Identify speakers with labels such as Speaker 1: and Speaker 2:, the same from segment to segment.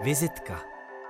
Speaker 1: Vizitka.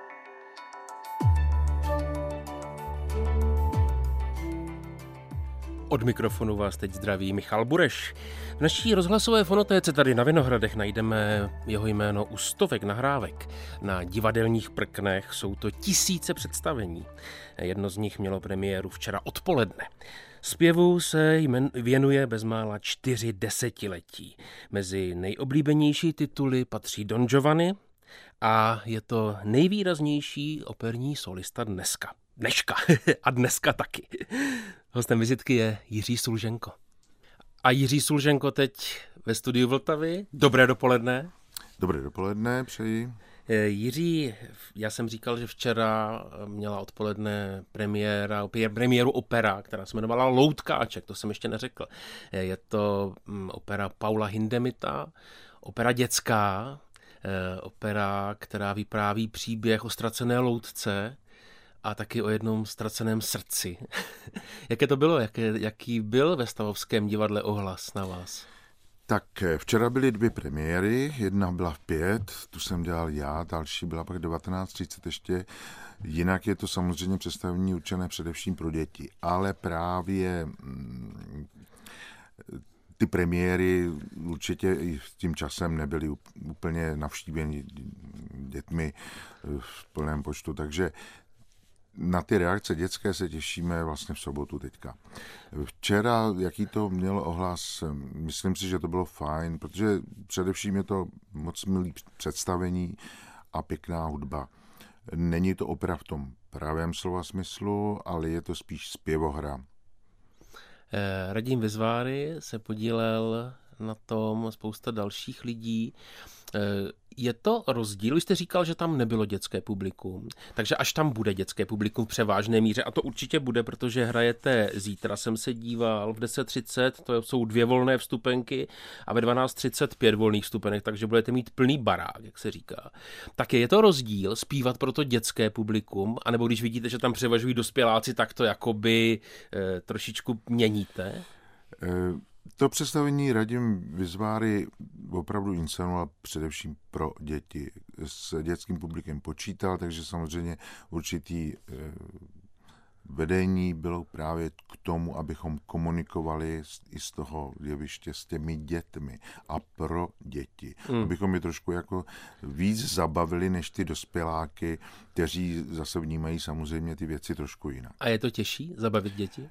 Speaker 1: Od mikrofonu vás teď zdraví Michal Bureš. V naší rozhlasové fonotéce tady na Vinohradech najdeme jeho jméno u stovek nahrávek. Na divadelních prknech jsou to tisíce představení. Jedno z nich mělo premiéru včera odpoledne. Zpěvu se věnuje bezmála 4 desetiletí. Mezi nejoblíbenější tituly patří Don Giovanni a je to nejvýraznější operní solista dneška a dneska taky. Hostem vizitky je Jiří Sulženko. A Jiří Sulženko teď ve studiu Vltavy. Dobré dopoledne.
Speaker 2: Dobré dopoledne, přeji.
Speaker 1: Jiří, já jsem říkal, že včera měla odpoledne premiéru opera, která se jmenovala Loutkáček, to jsem ještě neřekl. Je to opera Paula Hindemitha, opera dětská, opera, která vypráví příběh o ztracené loutce a taky o jednom ztraceném srdci. Jaké to bylo? Jaký byl ve Stavovském divadle ohlas na vás?
Speaker 2: Tak včera byly 2 premiéry, jedna byla v 5, tu jsem dělal já, další byla pak 19:30 ještě. Jinak je to samozřejmě představení určené především pro děti, ale právě ty premiéry určitě i s tím časem nebyly úplně navštíveny dětmi v plném počtu, takže na ty reakce dětské se těšíme vlastně v sobotu teďka. Včera, jaký to mělo ohlas, myslím si, že to bylo fajn, protože především je to moc milý představení a pěkná hudba. Není to opera v tom pravém slova smyslu, ale je to spíš zpěvohra.
Speaker 1: Radim Vizváry se podílel na tom, spousta dalších lidí. Je to rozdíl? Vy jste říkal, že tam nebylo dětské publikum, takže až tam bude dětské publikum v převážné míře, a to určitě bude, protože hrajete zítra, jsem se díval, v 10:30, to jsou 2 volné vstupenky a ve 12:30 5 volných vstupenek, takže budete mít plný barák, jak se říká. Tak je to rozdíl zpívat pro to dětské publikum, anebo když vidíte, že tam převažují dospěláci, tak to jakoby trošičku měníte?
Speaker 2: To představení Radim Vizváry opravdu inscenoval především pro děti. S dětským publikem počítal, takže samozřejmě určitý vedení bylo právě k tomu, abychom komunikovali i z toho jeviště s těmi dětmi a pro děti. Abychom je trošku jako víc zabavili než ty dospěláky, kteří zase vnímají samozřejmě ty věci trošku jinak.
Speaker 1: A je to těžší zabavit děti?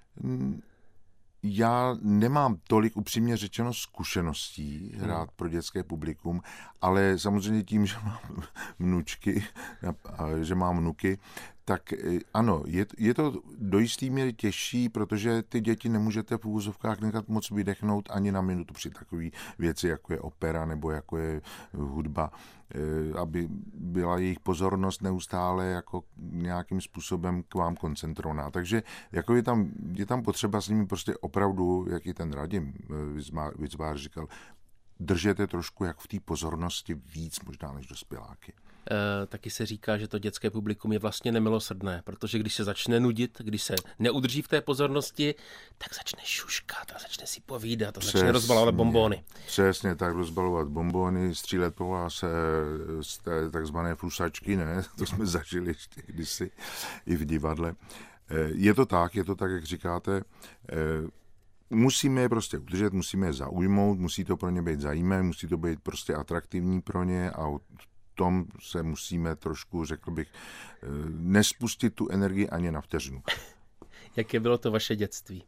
Speaker 2: Já nemám tolik, upřímně řečeno, zkušeností hrát pro dětské publikum, ale samozřejmě tím, že mám vnučky, že mám vnuky, tak ano, je to do jistý míry těžší, protože ty děti nemůžete v úvozovkách nechat moc vydechnout ani na minutu při takové věci, jako je opera nebo jako je hudba, aby byla jejich pozornost neustále jako nějakým způsobem k vám koncentrovaná. Takže jako je tam potřeba s nimi prostě opravdu, jak i ten Radim Vizvář říkal, držete trošku jak v té pozornosti víc možná než dospěláky.
Speaker 1: Taky se říká, že to dětské publikum je vlastně nemilosrdné, protože když se začne nudit, když se neudrží v té pozornosti, tak začne šuškat a začne si povídat a začne rozbalovat bonbóny.
Speaker 2: Přesně tak, rozbalovat bonbóny, střílet po vás z té takzvané flusačky, ne? To jsme zažili ještě kdysi i v divadle. Je to tak, jak říkáte. Musíme je prostě udržet, musíme je zaujmout, musí to pro ně být zajímavé, musí to být prostě atraktivní pro ně a tom se musíme trošku, řekl bych, nespustit tu energii ani na vteřinu.
Speaker 1: Jaké bylo to vaše dětství?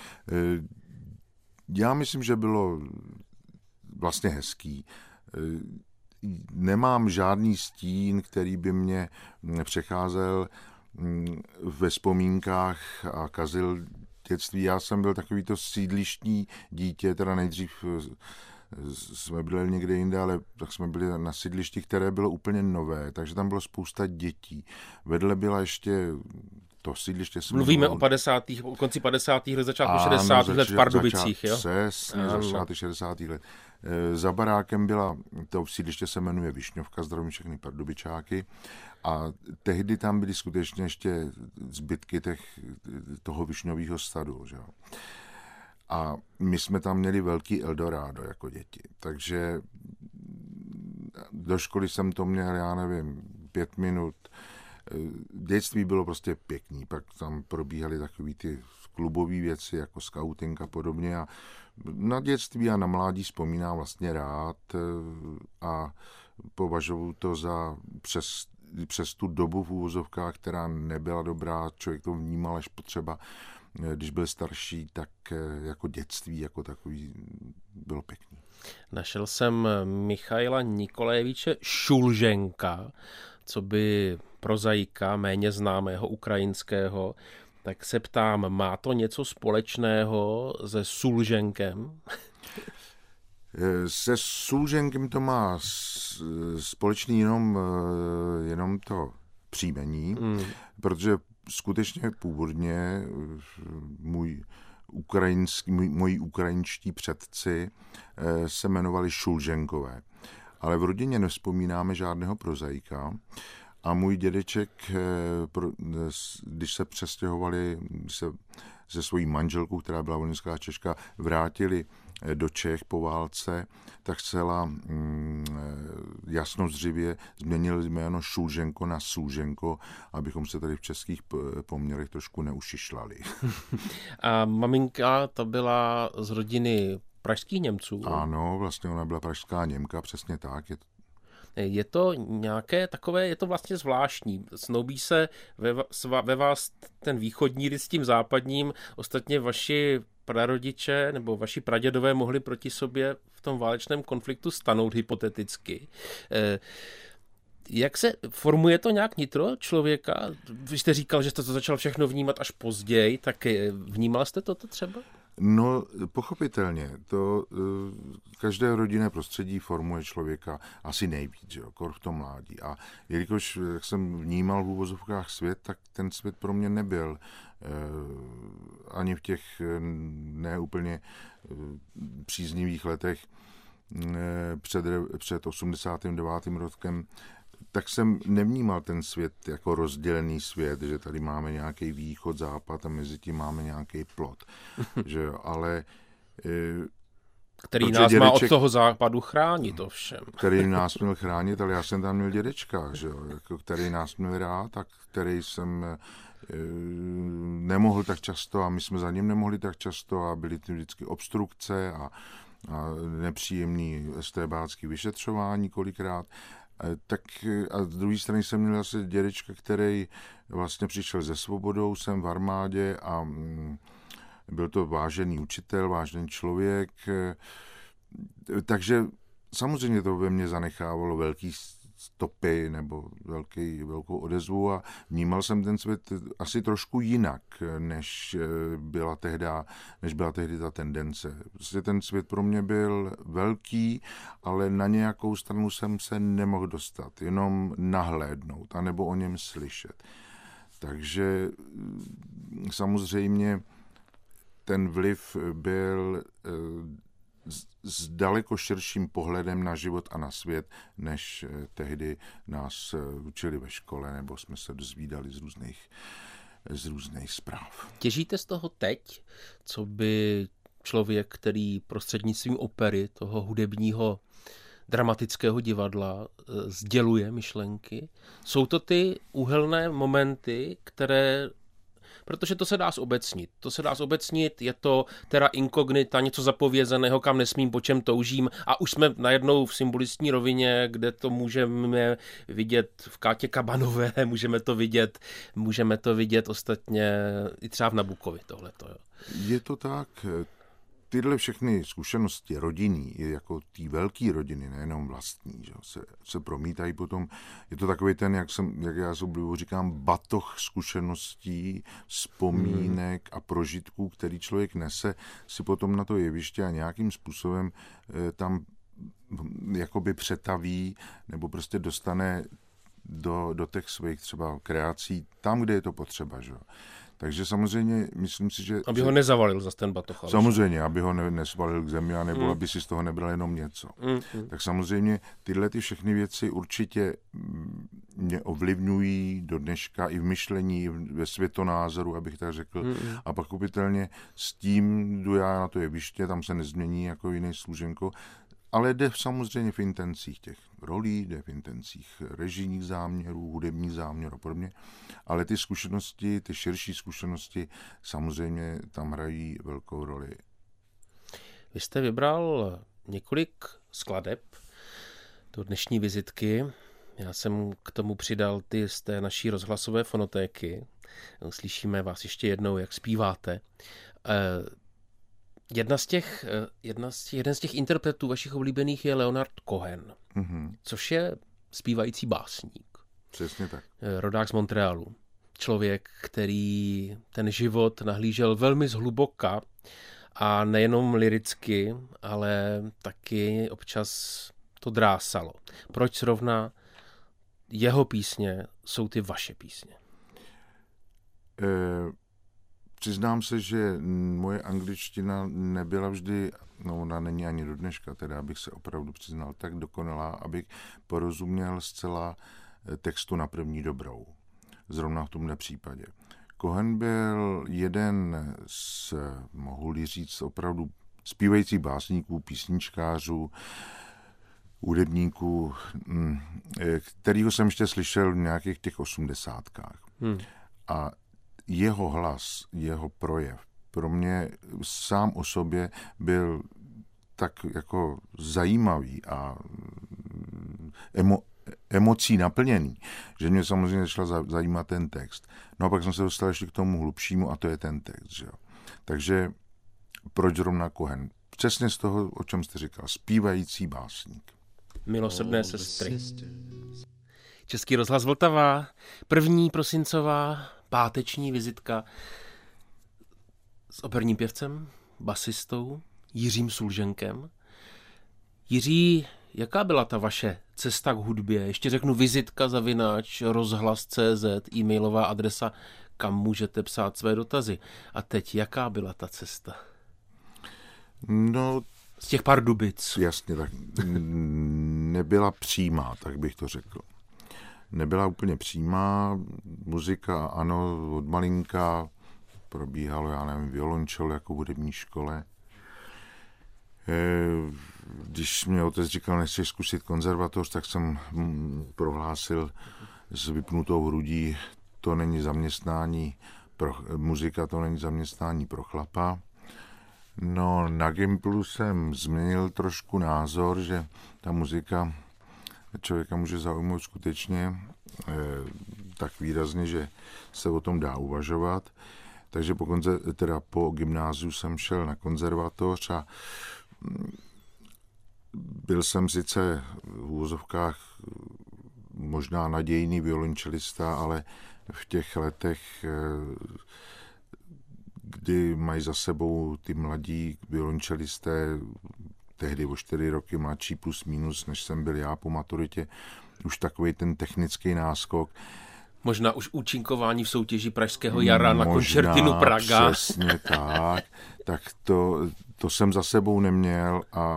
Speaker 2: Já myslím, že bylo vlastně hezký. Nemám žádný stín, který by mě přecházel ve vzpomínkách a kazil dětství. Já jsem byl takovýto sídlištní dítě, teda nejdřív jsme byli někde jinde, ale tak jsme byli na sídlišti, které bylo úplně nové, takže tam bylo spousta dětí. Vedle byla ještě to sídliště.
Speaker 1: Mluvíme o konci 50. let, začátku 60. let v Pardubicích, jo?
Speaker 2: Přesně, začátku 60. let. Za barákem byla, to sídliště se jmenuje Višňovka, zdravím všechny Pardubičáky, a tehdy tam byly skutečně ještě zbytky toho višňového sadu, že jo. A my jsme tam měli velký Eldorado jako děti, takže do školy jsem to měl, já nevím, 5 minut. Dětství bylo prostě pěkný, pak tam probíhaly takový ty klubové věci, jako skauting a podobně a na dětství a na mládí vzpomínám vlastně rád a považuji to za přes tu dobu v úvozovkách, která nebyla dobrá, člověk to vnímal až potřeba, když byl starší, tak jako dětství, jako takový bylo pěkný.
Speaker 1: Našel jsem Michaila Nikolajeviče Šulženka, co by prozaika méně známého ukrajinského, tak se ptám, má to něco společného se Sulženkem?
Speaker 2: Se Sulženkem to má společný jenom to příjmení, protože skutečně původně moji ukrajinští předci se jmenovali Šulženkové. Ale v rodině nevzpomínáme žádného prozaika a můj dědeček, když se přestěhovali se svojí manželkou, která byla volinská Češka, vrátili do Čech po válce, tak zcela jasnozřivě změnili jméno Šulženko na Sulženko, abychom se tady v českých poměrech trošku neušišlali.
Speaker 1: A maminka, ta byla z rodiny pražských Němců?
Speaker 2: Ano, vlastně ona byla pražská Němka, přesně tak.
Speaker 1: Je to nějaké takové, je to vlastně zvláštní. Snoubí se ve vás ten východní lid s tím západním. Ostatně vaši prarodiče nebo vaši pradědové mohli proti sobě v tom válečném konfliktu stanout hypoteticky. Jak se formuje to nějak nitro člověka? Vy jste říkal, že jste to začal všechno vnímat až později, tak vnímal jste toto třeba?
Speaker 2: No, pochopitelně. To každé rodinné prostředí formuje člověka asi nejvíc, že jo, kor v tom mládí. A jelikož, jak jsem vnímal v úvozovkách svět, tak ten svět pro mě nebyl ani v těch neúplně příznivých letech před 89. rokem, tak jsem nevnímal ten svět jako rozdělený svět, že tady máme nějaký východ, západ a mezi tím máme nějaký plot. Že jo, ale
Speaker 1: který nás dědeček, má od toho západu chránit ovšem.
Speaker 2: Který nás měl chránit, ale já jsem tam měl dědečka, že jo, jako který nás měl rád a který jsem nemohl tak často a my jsme za ním nemohli tak často a byly ty vždycky obstrukce a nepříjemný estébácký vyšetřování kolikrát. Tak a z druhé strany jsem měl zase dědečka, který vlastně přišel ze svobodou, jsem v armádě a byl to vážený učitel, vážený člověk, takže samozřejmě to ve mně zanechávalo velký stopy nebo velkou odezvu a vnímal jsem ten svět asi trošku jinak, než byla tehdy ta tendence. Prostě ten svět pro mě byl velký, ale na nějakou stranu jsem se nemohl dostat, jenom nahlédnout, anebo o něm slyšet. Takže samozřejmě ten vliv byl s daleko širším pohledem na život a na svět, než tehdy nás učili ve škole, nebo jsme se dozvídali z různých zpráv.
Speaker 1: Těžíte z toho teď, co by člověk, který prostřednictvím opery, toho hudebního dramatického divadla, sděluje myšlenky? Jsou to ty úhelné momenty, které... Protože to se dá zobecnit. Je to terra incognita, něco zapovězeného, kam nesmím, po čem toužím. A už jsme najednou v symbolistní rovině, kde to můžeme vidět v Kátě Kabanové, můžeme to vidět ostatně i třeba v Nabukovi tohleto. Jo.
Speaker 2: Je to tak. Tyhle všechny zkušenosti rodinný, jako té velké rodiny, nejenom vlastní, že se promítají potom. Je to takový ten, jak já s oblibou říkám, batoh zkušeností, vzpomínek a prožitků, který člověk nese si potom na to jeviště a nějakým způsobem tam jakoby přetaví nebo prostě dostane do těch svých třeba kreací tam, kde je to potřeba, že? Takže samozřejmě myslím si, že...
Speaker 1: Aby ho nezavalil zas ten batoh.
Speaker 2: Samozřejmě, aby ho nesvalil k zemi, anebo aby si z toho nebral jenom něco. Tak samozřejmě tyhle ty všechny věci určitě mě ovlivňují do dneška i v myšlení, ve světonázoru, abych tak řekl. A pochopitelně s tím jdu já na to jeviště, tam se nezmění jako jiný Služenko. ale jde samozřejmě v intencích těch rolí, jde v intencích režijních záměrů, hudebních záměrů a podobně, ale ty zkušenosti, ty širší zkušenosti samozřejmě tam hrají velkou roli.
Speaker 1: Vy jste vybral několik skladeb do dnešní vizitky. Já jsem k tomu přidal ty z té naší rozhlasové fonotéky. Slyšíme vás ještě jednou, jak zpíváte. Jeden z těch interpretů vašich oblíbených je Leonard Cohen, což je zpívající básník.
Speaker 2: Přesně tak.
Speaker 1: Rodák z Montrealu. Člověk, který ten život nahlížel velmi zhluboka a nejenom lyricky, ale taky občas to drásalo. Proč zrovna jeho písně jsou ty vaše písně?
Speaker 2: Přiznám se, že moje angličtina nebyla vždy, no ona není ani do dneška, teda abych se opravdu přiznal, tak dokonalá, abych porozuměl zcela textu na první dobrou. Zrovna v tomhle případě. Cohen byl jeden z, mohu-li říct, opravdu zpívajících básníků, písničkářů, hudebníků, kterýho jsem ještě slyšel v nějakých těch 80kách. A jeho hlas, jeho projev pro mě sám o sobě byl tak jako zajímavý a emocí naplněný, že mě samozřejmě začala zajímat ten text. No a pak jsem se dostal ještě k tomu hlubšímu a to je ten text. Že jo? Takže proč zrovna Cohen? Přesně z toho, o čem jste říkal, zpívající básník.
Speaker 1: Milosrdné sestry. Český rozhlas Vltava, 1. prosincová páteční vizitka s operním pěvcem, basistou Jiřím Sulženkem. Jiří, jaká byla ta vaše cesta k hudbě? Ještě řeknu vizitka @ rozhlas.cz, e-mailová adresa, kam můžete psát své dotazy. A teď, jaká byla ta cesta?
Speaker 2: No,
Speaker 1: z těch Pardubic.
Speaker 2: Jasně, tak nebyla přímá, tak bych to řekl. Nebyla úplně přímá, muzika, ano, od malinka probíhalo, já nevím, violončelo jako v hudební škole. Když mě otec říkal, nechceš zkusit konzervatoř, tak jsem prohlásil s vypnutou hrudí, to není zaměstnání muzika, to není zaměstnání pro chlapa. No, na Gimplu jsem změnil trošku názor, že ta muzika člověka může zaujmout skutečně tak výrazně, že se o tom dá uvažovat. Takže po gymnáziu jsem šel na konzervatoř a byl jsem sice v úvozovkách možná nadějný violončelista, ale v těch letech, kdy mají za sebou ty mladí violončelisté, tehdy o 4 roky mladší plus minus, než jsem byl já po maturitě, už takový ten technický náskok.
Speaker 1: Možná už účinkování v soutěži Pražského jara na koncertinu Praga.
Speaker 2: Přesně tak. Tak to jsem za sebou neměl a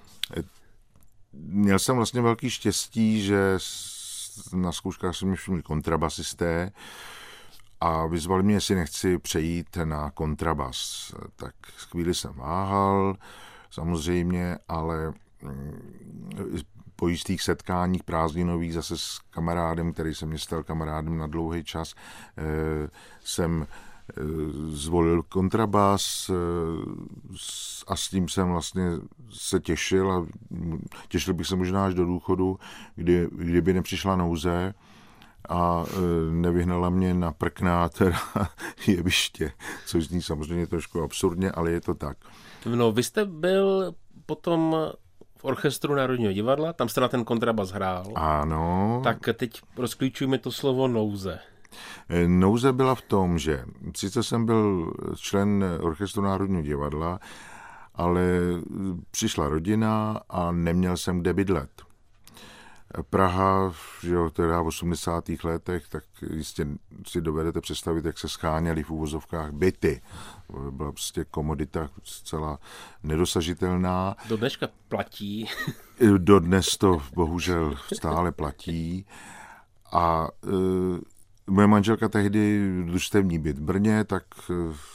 Speaker 2: měl jsem vlastně velký štěstí, že na zkouškách se mi všimli kontrabasisté a vyzvali mě, jestli nechci přejít na kontrabas. Tak chvíli jsem váhal, samozřejmě, ale po jistých setkáních prázdninových zase s kamarádem, který se mě stal kamarádem na dlouhý čas, jsem zvolil kontrabas a s tím jsem vlastně se těšil a těšil bych se možná až do důchodu, kdyby nepřišla nouze a nevyhnala mě na prkná jeviště, což zní samozřejmě trošku absurdně, ale je to tak.
Speaker 1: No, vy jste byl potom v orchestru Národního divadla, tam jste na ten kontrabas hrál.
Speaker 2: Ano.
Speaker 1: Tak teď rozklíčujme to slovo nouze.
Speaker 2: Nouze byla v tom, že sice jsem byl člen orchestru Národního divadla, ale přišla rodina a neměl jsem kde bydlet. Praha, že jo, teda v 80. letech, tak jistě si dovedete představit, jak se scháněly v uvozovkách byty. Byla prostě komodita zcela nedosažitelná.
Speaker 1: Do dneška platí.
Speaker 2: Dodnes to bohužel stále platí. A moje manželka tehdy družstevní byt v Brně, tak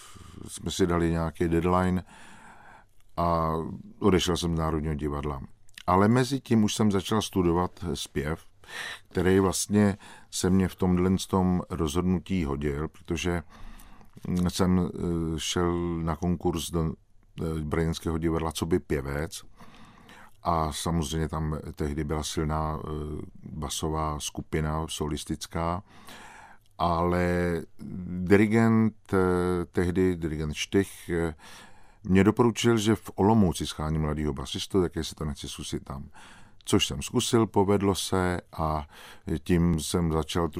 Speaker 2: jsme si dali nějaký deadline a odešel jsem z Národního divadla. Ale mezi tím už jsem začal studovat zpěv, který vlastně se mě v tomhle tom rozhodnutí hodil, protože jsem šel na konkurs do brněnského divadla coby pěvec a samozřejmě tam tehdy byla silná basová skupina solistická, ale dirigent Štych mě doporučil, že v Olomouci schání mladýho basistu, tak jestli to nechci zkusit tam. Což jsem zkusil, povedlo se a tím jsem začal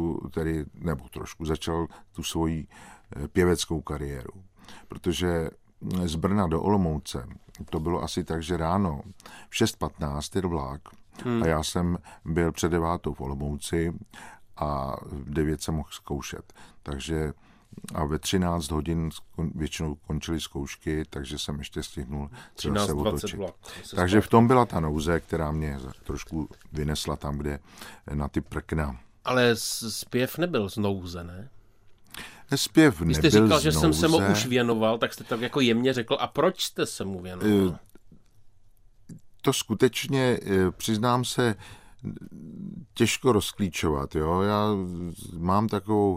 Speaker 2: začal tu svoji pěveckou kariéru. Protože z Brna do Olomouce to bylo asi tak, že ráno v 6:15 jel vlák a já jsem byl před 9 v Olomouci a v 9 jsem mohl zkoušet. Takže a ve 13 hodin většinou končily zkoušky, takže jsem ještě stihnul se otočit. Takže v tom byla ta nouze, která mě trošku vynesla tam, kde na ty prkna.
Speaker 1: Ale zpěv nebyl z nouze, ne?
Speaker 2: Zpěv nebyl z nouze.
Speaker 1: Vy jste říkal, že jsem se mu už věnoval, tak jste tak jako jemně řekl, a proč jste se mu věnoval?
Speaker 2: To skutečně, přiznám se, těžko rozklíčovat. Jo? Já mám takovou...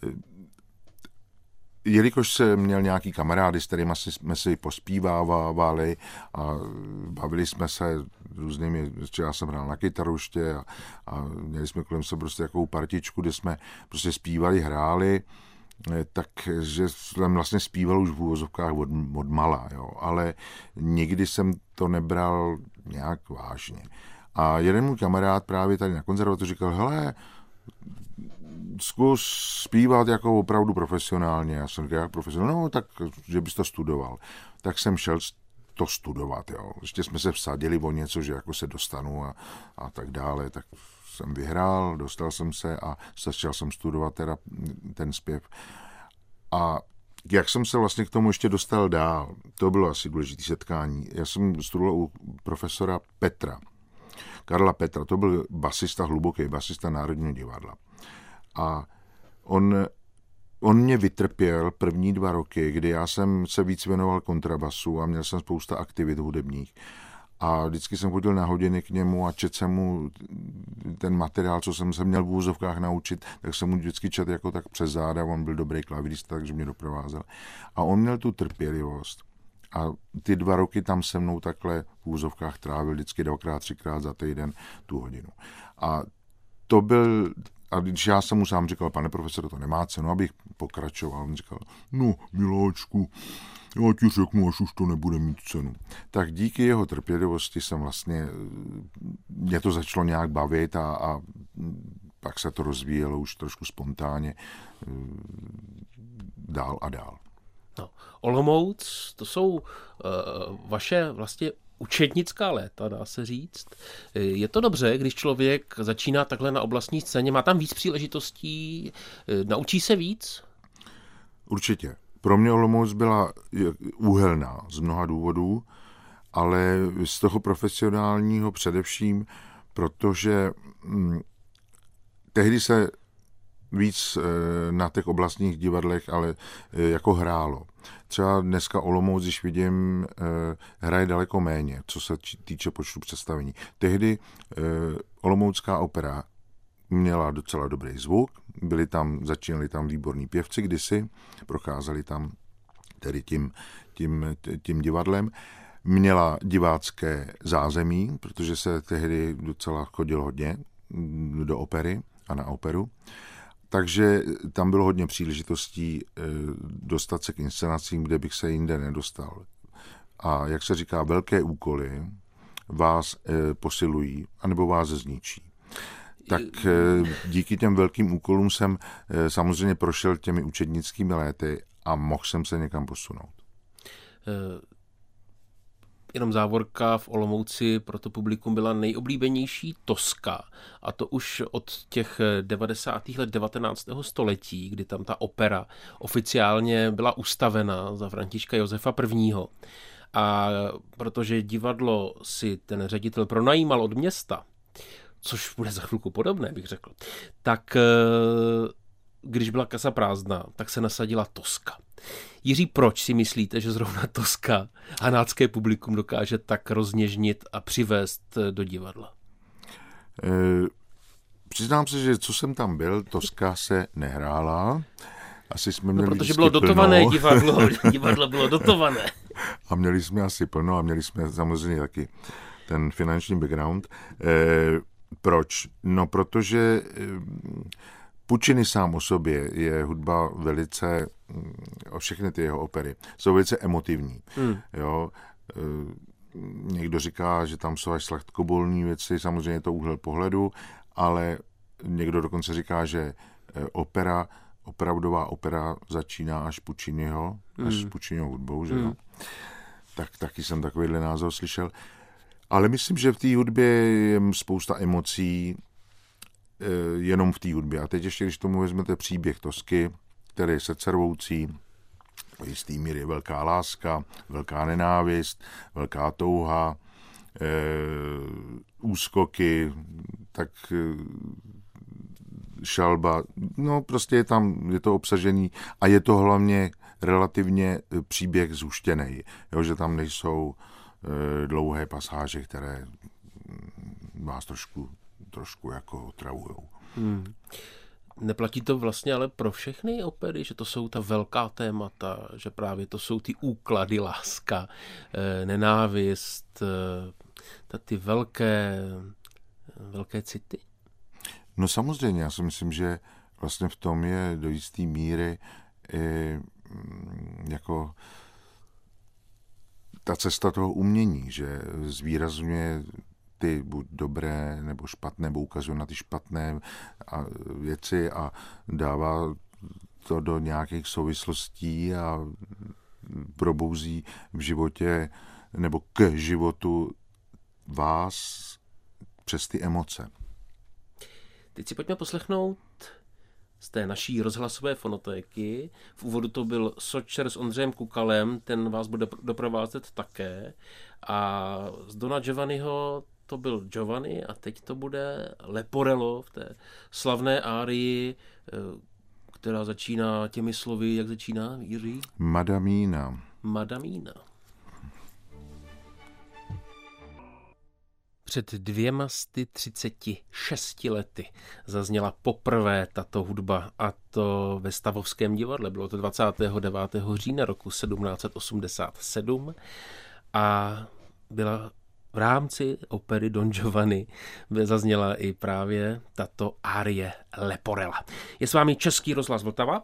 Speaker 2: Jelikož jsem měl nějaký kamarády, s kterými jsme si pospívávali a bavili jsme se různými, já jsem hrál na kytaru ještě a měli jsme kolem sebe prostě takovou partičku, kde jsme prostě zpívali, hráli, takže jsem vlastně zpíval už v úvozovkách od mala, jo, ale nikdy jsem to nebral nějak vážně. A jeden můj kamarád právě tady na konzervatoři říkal, hele, zkus zpívat jako opravdu profesionálně. Já jsem říkal, jak profesionálně? No, tak, že bys to studoval. Tak jsem šel to studovat, jo. Ještě jsme se vsadili o něco, že jako se dostanu a tak dále. Tak jsem vyhrál, dostal jsem se a začal jsem studovat teda ten zpěv. A jak jsem se vlastně k tomu ještě dostal dál, to bylo asi důležité setkání. Já jsem studoval u profesora Karla Petra, to byl basista, hluboký basista Národního divadla. A on mě vytrpěl první 2 roky, kdy já jsem se víc věnoval kontrabasu a měl jsem spousta aktivit hudebních. A vždycky jsem chodil na hodiny k němu a četl jsem mu ten materiál, co jsem se měl v úvozovkách naučit, tak jsem mu vždycky četl jako tak přes záda, on byl dobrý klavirista, takže mě doprovázel. A on měl tu trpělivost. A ty 2 roky tam se mnou takhle v úvozovkách trávil vždycky 2x, 3x za týden tu hodinu. A to byl... A když já jsem mu sám říkal, pane profesore, to nemá cenu, abych pokračoval. On říkal, no, miláčku, já ti řeknu, až už to nebude mít cenu. Tak díky jeho trpělivosti jsem vlastně, mě to začalo nějak bavit a pak se to rozvíjelo už trošku spontánně dál a dál.
Speaker 1: No, Olomouc, to jsou vaše vlastně učednická léta, dá se říct. Je to dobře, když člověk začíná takhle na oblastní scéně, má tam víc příležitostí, naučí se víc?
Speaker 2: Určitě. Pro mě Olomouc byla úhelná z mnoha důvodů, ale z toho profesionálního především, protože tehdy se víc na těch oblastních divadlech, ale jako hrálo. Třeba dneska Olomouc, když vidím, hraje daleko méně, co se týče počtu představení. Tehdy Olomoucká opera měla docela dobrý zvuk, začínali tam výborní pěvci kdysi, procházeli tam tedy tím divadlem. Měla divácké zázemí, protože se tehdy docela chodilo hodně do opery a na operu. Takže tam bylo hodně příležitostí dostat se k inscenacím, kde bych se jinde nedostal. A jak se říká, velké úkoly vás posilují, anebo vás zničí. Tak díky těm velkým úkolům jsem samozřejmě prošel těmi učednickými léty a mohl jsem se někam posunout.
Speaker 1: Jenom závorka, v Olomouci pro to publikum byla nejoblíbenější Toska. A to už od těch 90. let 19. století, kdy tam ta opera oficiálně byla ustavena za Františka Josefa I. A protože divadlo si ten ředitel pronajímal od města, což bude za chvilku podobné, bych řekl, tak když byla kasa prázdná, tak se nasadila Toska. Jiří, proč si myslíte, že zrovna Tosca hanácké publikum dokáže tak rozněžnit a přivést do divadla?
Speaker 2: Přiznám se, že co jsem tam byl, Tosca se nehrála. Asi jsme měli
Speaker 1: protože bylo dotované
Speaker 2: plno.
Speaker 1: divadlo bylo dotované.
Speaker 2: A měli jsme asi plno a měli jsme samozřejmě taky ten finanční background. Proč? No, protože Puccini sám o sobě je hudba velice, všechny ty jeho opery jsou velice emotivní. Jo? Někdo říká, že tam jsou až sladkobolní věci, samozřejmě je to úhel pohledu, ale někdo dokonce říká, že opravdová opera začíná až Pucciniho hudbou, že jo? Tak taky jsem takovýhle názor slyšel. Ale myslím, že v té hudbě je spousta emocí, jenom v té hudbě. A teď ještě, když tomu vezmete příběh Tosky, který je srdcervoucí, v jistý míry velká láska, velká nenávist, velká touha, úskoky, tak šalba, no prostě je to obsažený a je to hlavně relativně příběh zhuštěnej, jo, že tam nejsou dlouhé pasáže, které vás trošku jako otravujou.
Speaker 1: Neplatí to vlastně ale pro všechny opery, že to jsou ta velká témata, že právě to jsou ty úklady, láska, nenávist, ty velké city?
Speaker 2: No samozřejmě, já si myslím, že vlastně v tom je do jisté míry jako ta cesta toho umění, že zvýrazňuje ty buď dobré nebo špatné, nebo ukazuje na ty špatné věci a dává to do nějakých souvislostí a probouzí v životě nebo k životu vás přes ty emoce.
Speaker 1: Teď si pojďme poslechnout z té naší rozhlasové fonotéky. V úvodu to byl Sočer s Ondřejem Kukalem, ten vás bude doprovázet také. A z Dona Giovanniho to byl Giovanni a teď to bude Leporello v té slavné árii, která začíná těmi slovy, jak začíná, Jiří?
Speaker 2: Madamina.
Speaker 1: Před 236 lety zazněla poprvé tato hudba, a to ve Stavovském divadle. Bylo to 29. října roku 1787 a byla v rámci opery Don Giovanni, zazněla i právě tato árie Leporella. Je s vámi Český rozhlas Vltava.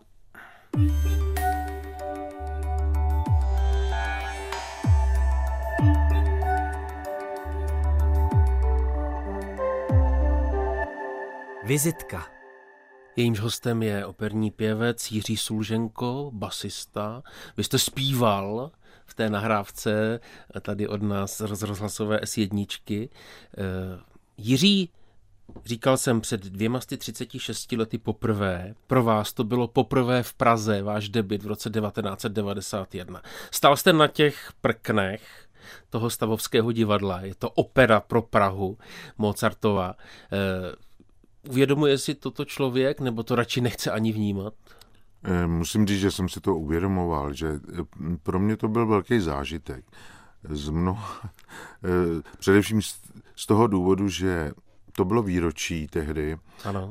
Speaker 3: Vizitka.
Speaker 1: Jejímž hostem je operní pěvec Jiří Sulženko, basista. Vy jste zpíval v té nahrávce tady od nás z rozhlasové S1. Jiří, říkal jsem před 236 lety poprvé. Pro vás to bylo poprvé v Praze, váš debut v roce 1991. Stál jste na těch prknech toho Stavovského divadla. Je to opera pro Prahu Mozartova. Uvědomuje si toto člověk, nebo to radši nechce ani vnímat?
Speaker 2: Musím říct, že jsem si to uvědomoval, že pro mě to byl velký zážitek. Především z toho důvodu, že to bylo výročí tehdy.
Speaker 1: Ano.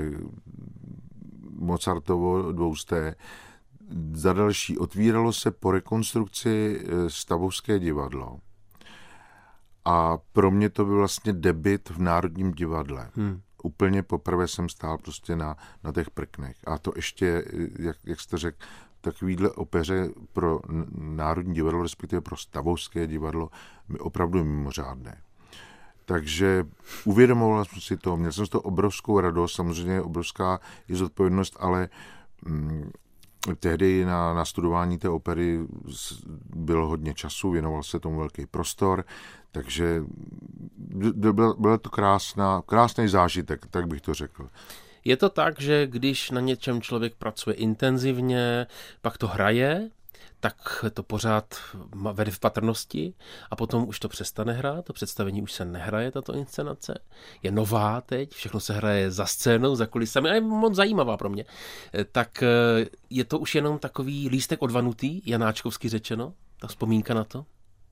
Speaker 2: Mozartovo 200. Za další otvíralo se po rekonstrukci Stavovské divadlo. A pro mě to byl vlastně debut v Národním divadle. Úplně poprvé jsem stál prostě na těch prknech. A to ještě, jak jste řekl, takovýhle opeře pro Národní divadlo, respektive pro Stavovské divadlo, je opravdu mimořádné. Takže uvědomoval jsem si to, měl jsem z toho obrovskou radost, samozřejmě obrovská je zodpovědnost, ale tehdy na studování té opery bylo hodně času, věnoval se tomu velký prostor, takže byl to krásný zážitek, tak bych to řekl.
Speaker 1: Je to tak, že když na něčem člověk pracuje intenzivně, pak to hraje, tak to pořád vede v patrnosti a potom už to přestane hrát, to představení už se nehraje, tato inscenace. Je nová teď, všechno se hraje za scénou, za kulisami a je moc zajímavá pro mě. Tak je to už jenom takový lístek odvanutý, janáčkovsky řečeno, ta vzpomínka na to?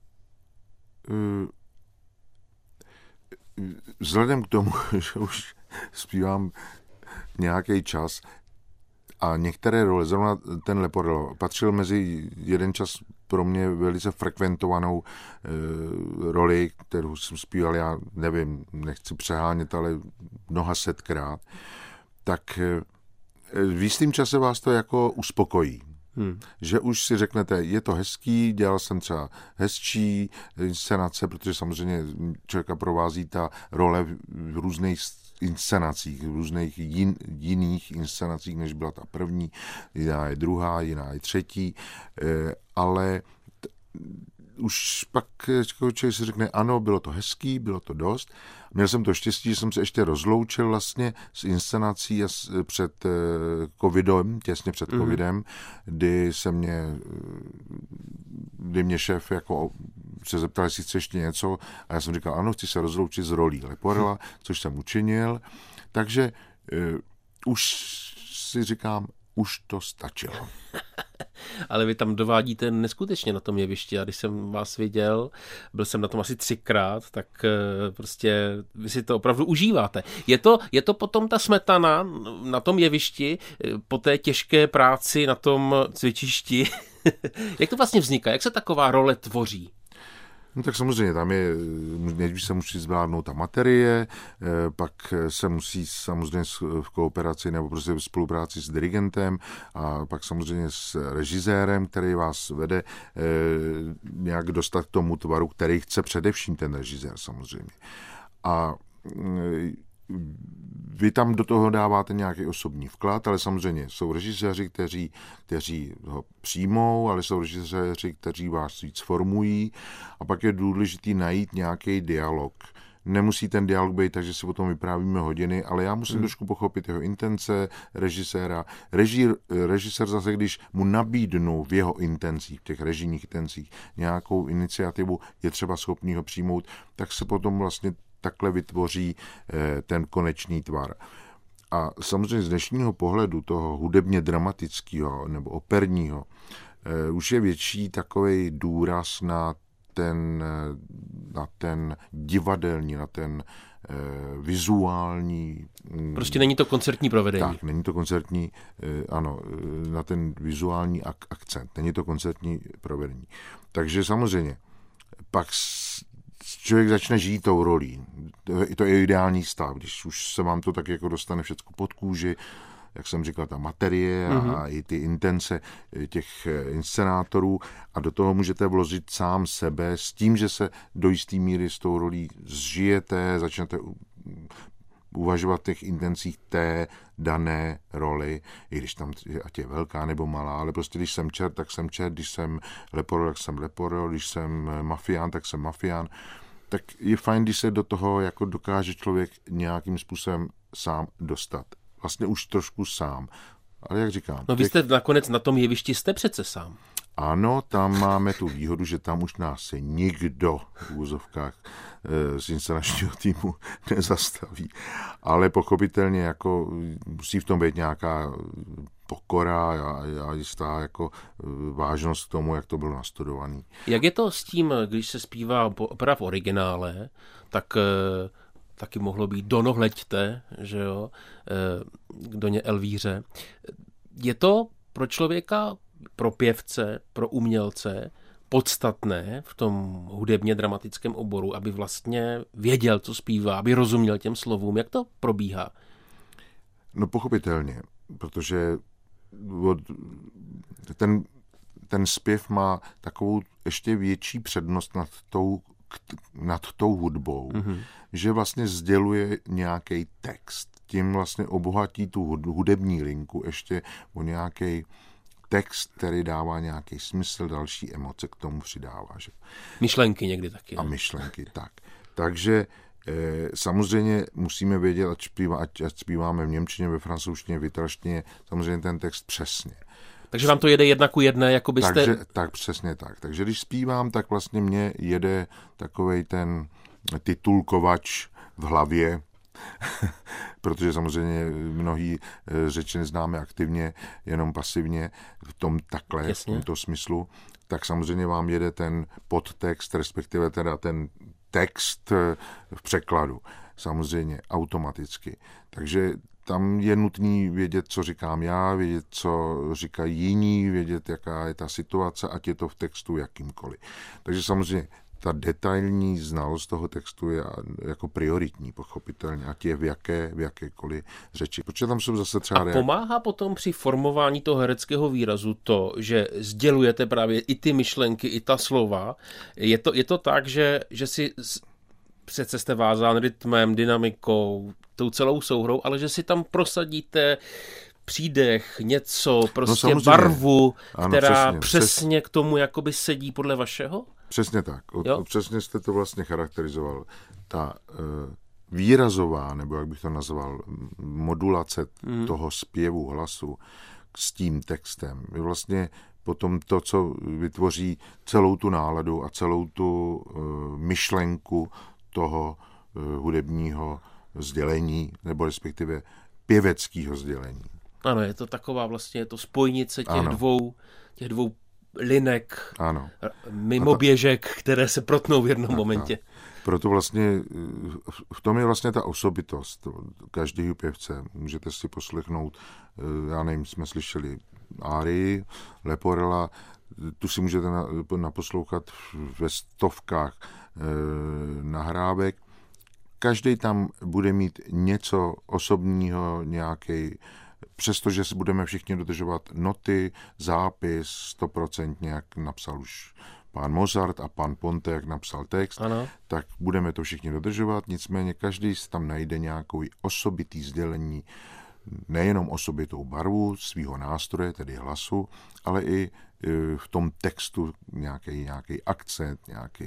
Speaker 2: Vzhledem k tomu, že už zpívám nějaký čas a některé role, zrovna ten Leporello, patřil mezi jeden čas pro mě velice frekventovanou roli, kterou jsem zpíval, já nevím, nechci přehánět, ale mnoha setkrát, tak v jistým čase vás to jako uspokojí. Že už si řeknete, je to hezký, dělal jsem třeba hezčí inscenace, protože samozřejmě člověka provází ta role v různých inscenacích, v různých jiných inscenacích, než byla ta první, jiná je druhá, jiná je třetí, ale už pak člověk si řekne, ano, bylo to hezký, bylo to dost. Měl jsem to štěstí, že jsem se ještě rozloučil vlastně s inscenací před covidem, těsně před covidem, kdy mě šéf jako se zeptal, jestli chce ještě něco a já jsem říkal, ano, chci se rozloučit s rolí Leporella, což jsem učinil. Takže už si říkám, už to stačilo.
Speaker 1: Ale vy tam dovádíte neskutečně na tom jevišti a když jsem vás viděl, byl jsem na tom asi 3krát, tak prostě vy si to opravdu užíváte. Je to potom ta smetana na tom jevišti, po té těžké práci na tom cvičišti? Jak to vlastně vzniká? Jak se taková role tvoří?
Speaker 2: No tak samozřejmě, tam nejdřív se musí zvládnout ta materie, pak se musí samozřejmě v kooperaci nebo prostě v spolupráci s dirigentem a pak samozřejmě s režisérem, který vás vede, nějak dostat k tomu tvaru, který chce především ten režisér samozřejmě. A vy tam do toho dáváte nějaký osobní vklad, ale samozřejmě jsou režiséři, kteří ho přijmou, ale jsou režiséři, kteří vás víc formují a pak je důležitý najít nějaký dialog. Nemusí ten dialog být tak, že si o tom vyprávíme hodiny, ale já musím trošku pochopit jeho intence režiséra. Režisér zase, když mu nabídnu v jeho intencích, v těch režijních intencích nějakou iniciativu, je třeba schopný ho přijmout, tak se potom vlastně takhle vytvoří ten konečný tvar. A samozřejmě z dnešního pohledu toho hudebně dramatického nebo operního už je větší takovej důraz na ten divadelní, na ten vizuální.
Speaker 1: Prostě není to koncertní provedení.
Speaker 2: Tak, není to koncertní, ano, na ten vizuální akcent. Není to koncertní provedení. Takže samozřejmě, pak člověk začne žít tou rolí. To je ideální stav, když už se vám to tak jako dostane všechno pod kůži, jak jsem říkal, ta materie a i ty intence těch inscenátorů a do toho můžete vložit sám sebe s tím, že se do jisté míry s tou rolí zžijete, začnete uvažovat v těch intencích té dané roli, i když tam ať je velká nebo malá, ale prostě když jsem čert, tak jsem čert, když jsem Leporello, tak jsem Leporello, když jsem mafián, tak jsem mafián. Tak je fajn, když se do toho jako dokáže člověk nějakým způsobem sám dostat. Vlastně už trošku sám. Ale jak říkám...
Speaker 1: No vy jste nakonec na tom jevišti jste přece sám.
Speaker 2: Ano, tam máme tu výhodu, že tam už nás se nikdo v úvozovkách z inscenačního týmu nezastaví. Ale pochopitelně jako musí v tom být nějaká pokora a jistá jako vážnost k tomu, jak to bylo nastudovaný.
Speaker 1: Jak je to s tím, když se zpívá opera v originále, tak taky mohlo být Dono hleďte, že jo, k Doně Elvíře. Je to pro člověka, pro pěvce, pro umělce podstatné v tom hudebně dramatickém oboru, aby vlastně věděl, co zpívá, aby rozuměl těm slovům. Jak to probíhá?
Speaker 2: No pochopitelně, protože ten zpěv má takovou ještě větší přednost nad tou hudbou, že vlastně sděluje nějaký text. Tím vlastně obohatí tu hudební linku ještě o nějaký text, který dává nějaký smysl, další emoce k tomu přidává. Že?
Speaker 1: Myšlenky někdy taky.
Speaker 2: A myšlenky, tak. Takže samozřejmě musíme vědět, ať zpíváme v němčině, ve francouzštině, v italštině, samozřejmě ten text přesně.
Speaker 1: Takže vám to jede 1:1, jako byste...
Speaker 2: Tak přesně tak. Takže když zpívám, tak vlastně mě jede takovej ten titulkovač v hlavě, protože samozřejmě mnohý řeči neznáme aktivně, jenom pasivně, v tomto smyslu, tak samozřejmě vám jede ten podtext, respektive teda ten text v překladu, samozřejmě automaticky. Takže tam je nutný vědět, co říkám já, vědět, co říkají jiní, vědět, jaká je ta situace, ať je to v textu jakýmkoliv. Takže samozřejmě ta detailní znalost toho textu je jako prioritní, pochopitelně, ať je v jakékoliv řeči. Protože tam jsou zase třeba...
Speaker 1: A pomáhá potom při formování toho hereckého výrazu to, že sdělujete právě i ty myšlenky, i ta slova. Je to tak, že si přece jste vázán rytmem, dynamikou, tou celou souhrou, ale že si tam prosadíte přídech, něco, prostě barvu, která přesně k tomu jakoby sedí podle vašeho?
Speaker 2: Přesně tak. Přesně jste to vlastně charakterizoval. Ta výrazová, nebo jak bych to nazval, modulace toho zpěvu hlasu s tím textem je vlastně potom to, co vytvoří celou tu náladu a celou tu myšlenku toho hudebního sdělení, nebo respektive pěveckého sdělení.
Speaker 1: Ano, je to taková vlastně, je to spojnice těch dvou linek, mimoběžek, které se protnou v jednom momentě.
Speaker 2: Proto vlastně v tom je vlastně ta osobitost každého pěvce. Můžete si poslechnout, já nevím, jsme slyšeli árii, Leporella, tu si můžete naposlouchat ve stovkách nahrávek. Každý tam bude mít něco osobního, nějaký, přestože si budeme všichni dodržovat noty, zápis 100%, jak napsal už pán Mozart a pán Ponte, jak napsal text, tak budeme to všichni dodržovat, nicméně každý si tam najde nějakou osobitý sdělení, nejenom osobitou barvu svýho nástroje, tedy hlasu, ale i v tom textu nějaký akcent,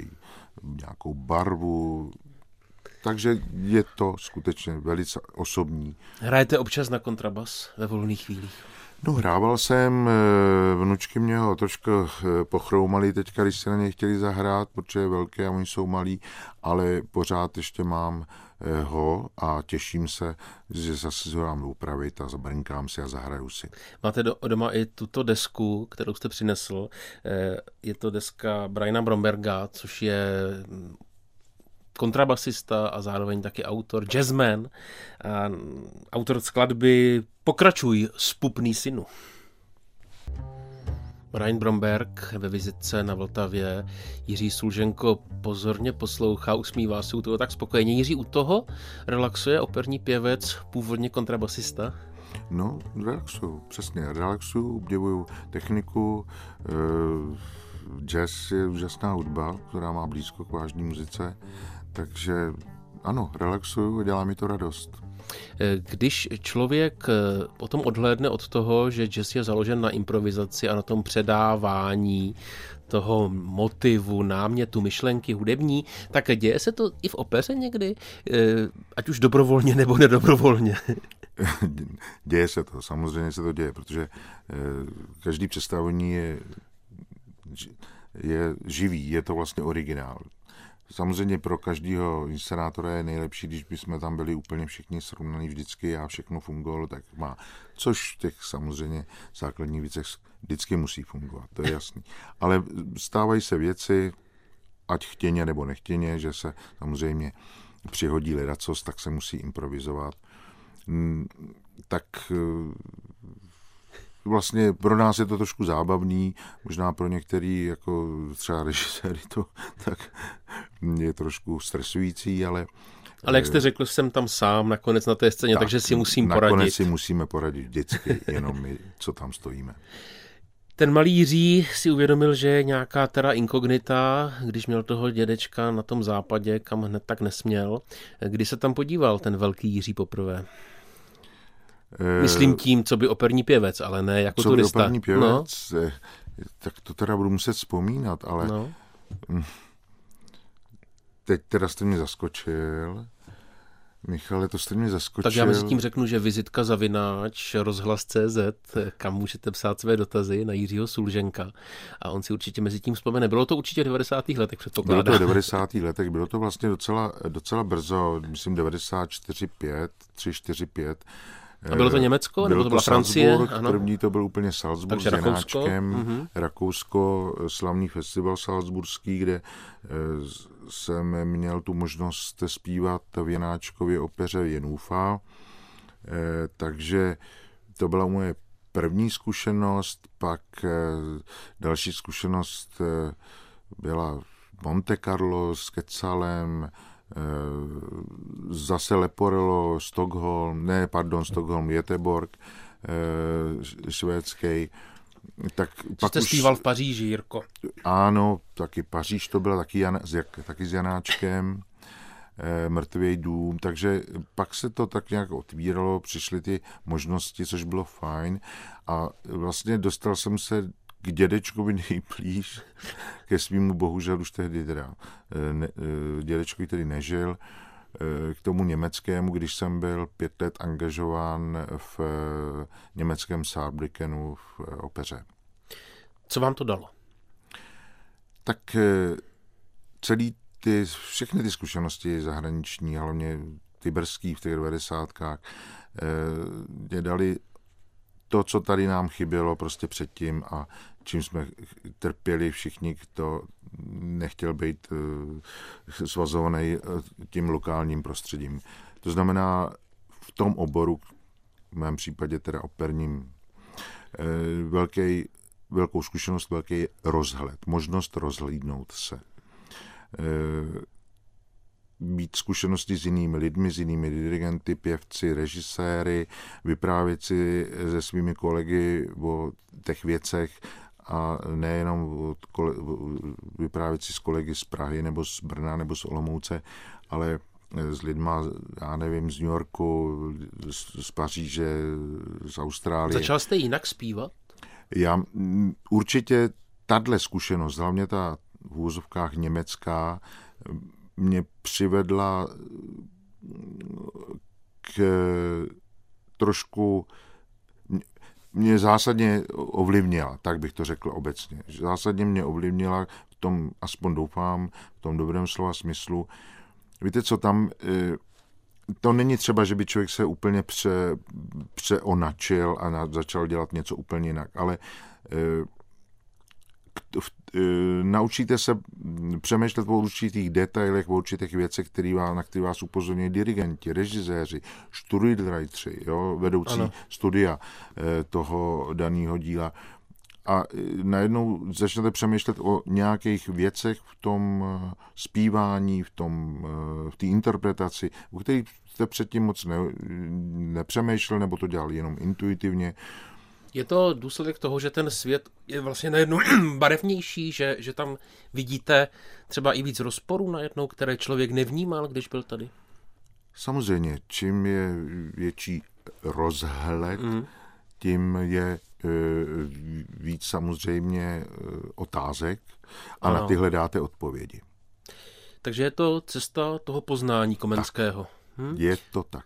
Speaker 2: nějakou barvu. Takže je to skutečně velice osobní.
Speaker 1: Hrajete občas na kontrabas ve volných chvílích?
Speaker 2: No, hrával jsem, vnučky mě ho trošku pochroumali teďka, když se na něj chtěli zahrát, protože je velké a oni jsou malí, ale pořád ještě mám ho a těším se, že zase ho dám upravit a zabrnkám si a zahraju si.
Speaker 1: Máte doma i tuto desku, kterou jste přinesl. Je to deska Briana Bromberga, což je kontrabasista a zároveň taky autor, jazzman, a autor skladby Pokračuj, spupný synu. Brian Bromberg ve vizitce na Vltavě. Jiří Sulženko pozorně poslouchá, usmívá se u toho tak spokojeně. Jiří, u toho relaxuje operní pěvec, původně kontrabasista?
Speaker 2: No, relaxuju, obdivuju techniku. Jazz je úžasná hudba, která má blízko k vážné muzice, takže ano, relaxuju a dělá mi to radost.
Speaker 1: Když člověk potom odhlédne od toho, že jazz je založen na improvizaci a na tom předávání toho motivu, námětu, myšlenky hudební, tak děje se to i v opeře někdy? Ať už dobrovolně nebo nedobrovolně.
Speaker 2: Děje se to, samozřejmě se to děje, protože každý představení je živý, je to vlastně originál. Samozřejmě pro každého inscenátora je nejlepší, když bychom tam byli úplně všichni srovnaní vždycky a všechno fungovalo, tak má. Což v těch samozřejmě základních věcech vždycky musí fungovat, to je jasný. Ale stávají se věci, ať chtěně nebo nechtěně, že se samozřejmě přihodí ledacos, tak se musí improvizovat. Tak vlastně pro nás je to trošku zábavný, možná pro některý, jako třeba režiséry, to tak je trošku stresující, ale
Speaker 1: jak jste řekl, jsem tam sám nakonec na té scéně, takže si musím poradit.
Speaker 2: Nakonec si musíme poradit vždycky, jenom my, co tam stojíme.
Speaker 1: Ten malý Jiří si uvědomil, že je nějaká terra incognita, když měl toho dědečka na tom západě, kam hned tak nesměl. Kdy se tam podíval ten velký Jiří poprvé? Myslím tím, co by operní pěvec, ale ne jako turista.
Speaker 2: Co by operní pěvec? No. Tak to teda budu muset vzpomínat, ale teď teda jste mě zaskočil. Michale, to jste mě zaskočil.
Speaker 1: Tak já mezi tím řeknu, že vizitka zavináč rozhlas.cz, kam můžete psát své dotazy na Jiřího Sulženka. A on si určitě mezi tím vzpomene. Bylo to určitě v 90. letech, předpokládám.
Speaker 2: Bylo to v 90. letech, bylo to vlastně docela brzo, myslím 94, 5, 3, 4, 5.
Speaker 1: A bylo to Německo, nebo to byla Francie?
Speaker 2: Ano. První to byl úplně Salzburg.
Speaker 1: Takže
Speaker 2: s Janáčkem. Rakousko, slavný festival salzburský, kde jsem měl tu možnost zpívat v Janáčkově opeře Jenůfa. Takže to byla moje první zkušenost, pak další zkušenost byla Monte Carlo s Quetzalem, zase Leporello, Stockholm, Göteborg, švédský. Tak
Speaker 1: pak jste zpíval v Paříži, Jirko.
Speaker 2: Ano, taky Paříž to byla, taky s Janáčkem, Mrtvý dům, takže pak se to tak nějak otvíralo, přišly ty možnosti, což bylo fajn a vlastně dostal jsem se k dědečkovi nejblíž, ke svýmu bohužel už tehdy teda dědečkovi tedy nežil, k tomu německému, když jsem byl 5 let angažován v německém Saarbrückenu v opeře.
Speaker 1: Co vám to dalo?
Speaker 2: Tak všechny ty zkušenosti zahraniční, hlavně ty brzký v těch 90kách, mě dali to, co tady nám chybělo prostě předtím a čím jsme trpěli všichni, kdo nechtěl být svazovaný tím lokálním prostředím. To znamená v tom oboru, v mém případě teda operním, velkou zkušenost, velký rozhled, možnost rozhlídnout se. Mít zkušenosti s jinými lidmi, s jinými dirigenty, pěvci, režiséry, vyprávět si se svými kolegy o těch věcech a nejenom vyprávět si s kolegy z Prahy nebo z Brna nebo z Olomouce, ale s lidma, já nevím, z New Yorku, z Paříže, z Austrálie.
Speaker 1: Začal jste jinak zpívat?
Speaker 2: Já určitě tahle zkušenost, hlavně ta v úvozovkách německá, mě přivedla k trošku, mě zásadně ovlivnila, tak bych to řekl obecně. Zásadně mě ovlivnila v tom, aspoň doufám, v tom dobrém slova smyslu. Víte co, tam to není třeba, že by člověk se úplně přeonačil a začal dělat něco úplně jinak, ale naučíte se přemýšlet o určitých detailech, o určitých věcech, na které vás upozorňují dirigenti, režiséři, Studioleitři, vedoucí studia toho daného díla. A najednou začnete přemýšlet o nějakých věcech v tom zpívání, v té interpretaci, o kterých jste předtím moc nepřemýšlel, nebo to dělali jenom intuitivně.
Speaker 1: Je to důsledek toho, že ten svět je vlastně najednou barevnější, že tam vidíte třeba i víc rozporů najednou, které člověk nevnímal, když byl tady?
Speaker 2: Samozřejmě, čím je větší rozhled, tím je víc samozřejmě otázek a na ty hledáte odpovědi.
Speaker 1: Takže je to cesta toho poznání Komenského.
Speaker 2: Je to tak.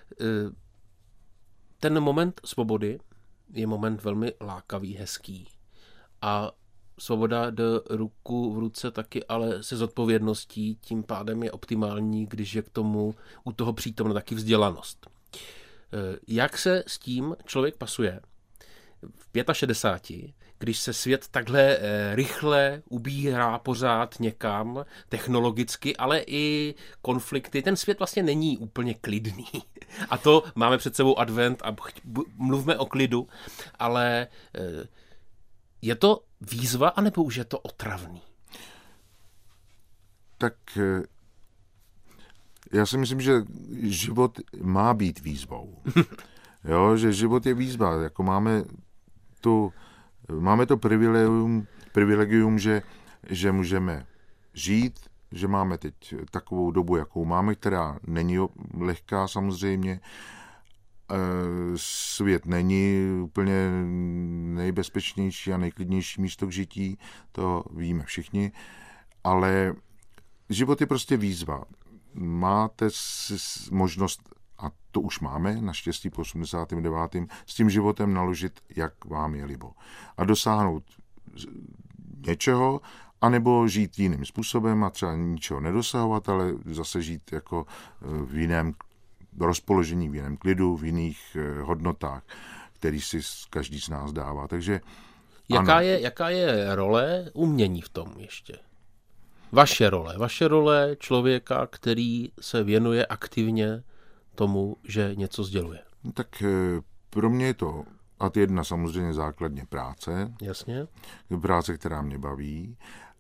Speaker 1: Ten moment svobody je moment velmi lákavý, hezký. A svoboda jde ruku v ruce taky, ale se zodpovědností, tím pádem je optimální, když je k tomu u toho přítomna taky vzdělanost. Jak se s tím člověk pasuje v 65, když se svět takhle rychle ubírá pořád někam technologicky, ale i konflikty. Ten svět vlastně není úplně klidný. A to máme před sebou advent a mluvme o klidu, ale je to výzva, anebo už je to otravný?
Speaker 2: Tak já si myslím, že život má být výzvou. Jo, že život je výzva. Jako máme to privilegium, že můžeme žít, že máme teď takovou dobu, jakou máme, která není lehká samozřejmě. Svět není úplně nejbezpečnější a nejklidnější místo k žití, to víme všichni, ale život je prostě výzva. máte možnost, a to už máme, naštěstí po 89. s tím životem naložit, jak vám je libo. A dosáhnout něčeho, anebo žít jiným způsobem a třeba ničeho nedosahovat, ale zase žít jako v jiném rozpoložení, v jiném klidu, v jiných hodnotách, který si každý z nás dává. Takže
Speaker 1: jaká je role umění v tom ještě? Vaše role člověka, který se věnuje aktivně tomu, že něco sděluje.
Speaker 2: Tak pro mě je to ad jedna samozřejmě základně práce.
Speaker 1: Jasně.
Speaker 2: Práce, která mě baví.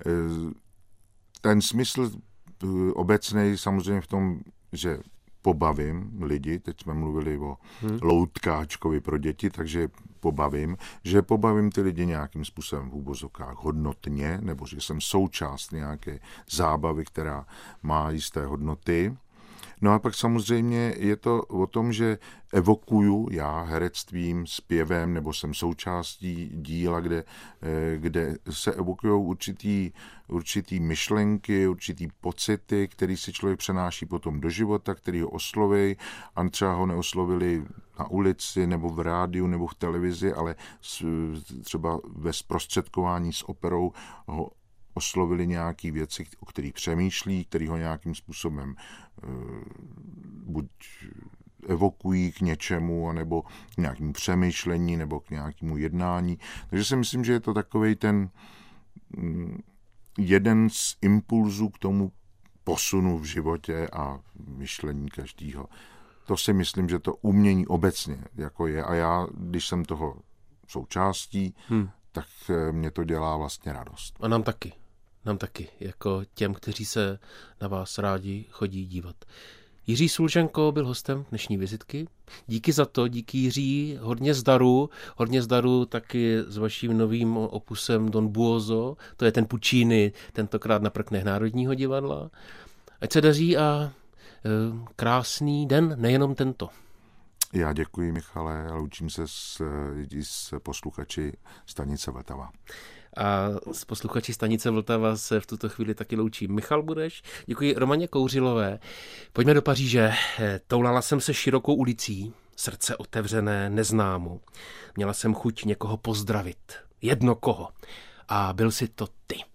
Speaker 2: Ten smysl obecný samozřejmě v tom, že pobavím lidi, teď jsme mluvili o loutkáčkovi pro děti, takže že pobavím ty lidi nějakým způsobem v úvozovkách hodnotně, nebo že jsem součást nějaké zábavy, která má jisté hodnoty. No a pak samozřejmě je to o tom, že evokuju já herectvím, zpěvem, nebo jsem součástí díla, kde se evokují určitý myšlenky, určitý pocity, který si člověk přenáší potom do života, který ho osloví, a třeba ho neoslovili na ulici, nebo v rádiu, nebo v televizi, ale třeba ve zprostředkování s operou ho oslovili nějaké věci, o kterých přemýšlí, který ho nějakým způsobem buď evokují k něčemu, anebo k nějakému přemýšlení, nebo k nějakému jednání. Takže si myslím, že je to takovej ten jeden z impulzů k tomu posunu v životě a myšlení každého. To si myslím, že to umění obecně jako je. A já, když jsem toho součástí, tak mě to dělá vlastně radost.
Speaker 1: A nám taky, jako těm, kteří se na vás rádi chodí dívat. Jiří Sulženko byl hostem dnešní vizitky. Díky za to, díky Jiří, hodně zdaru taky s vaším novým opusem Don Buoso, to je ten Puccini, tentokrát na prknech Národního divadla. Ať se daří a krásný den, nejenom tento.
Speaker 2: Já děkuji, Michale, a loučím se s posluchači Stanice Vltava.
Speaker 1: A s posluchači Stanice Vltava se v tuto chvíli taky loučí Michal Bureš. Děkuji Romaně Kouřilové. Pojďme do Paříže. Toulala jsem se širokou ulicí, srdce otevřené neznámu. Měla jsem chuť někoho pozdravit. Jedno koho. A byl si to ty.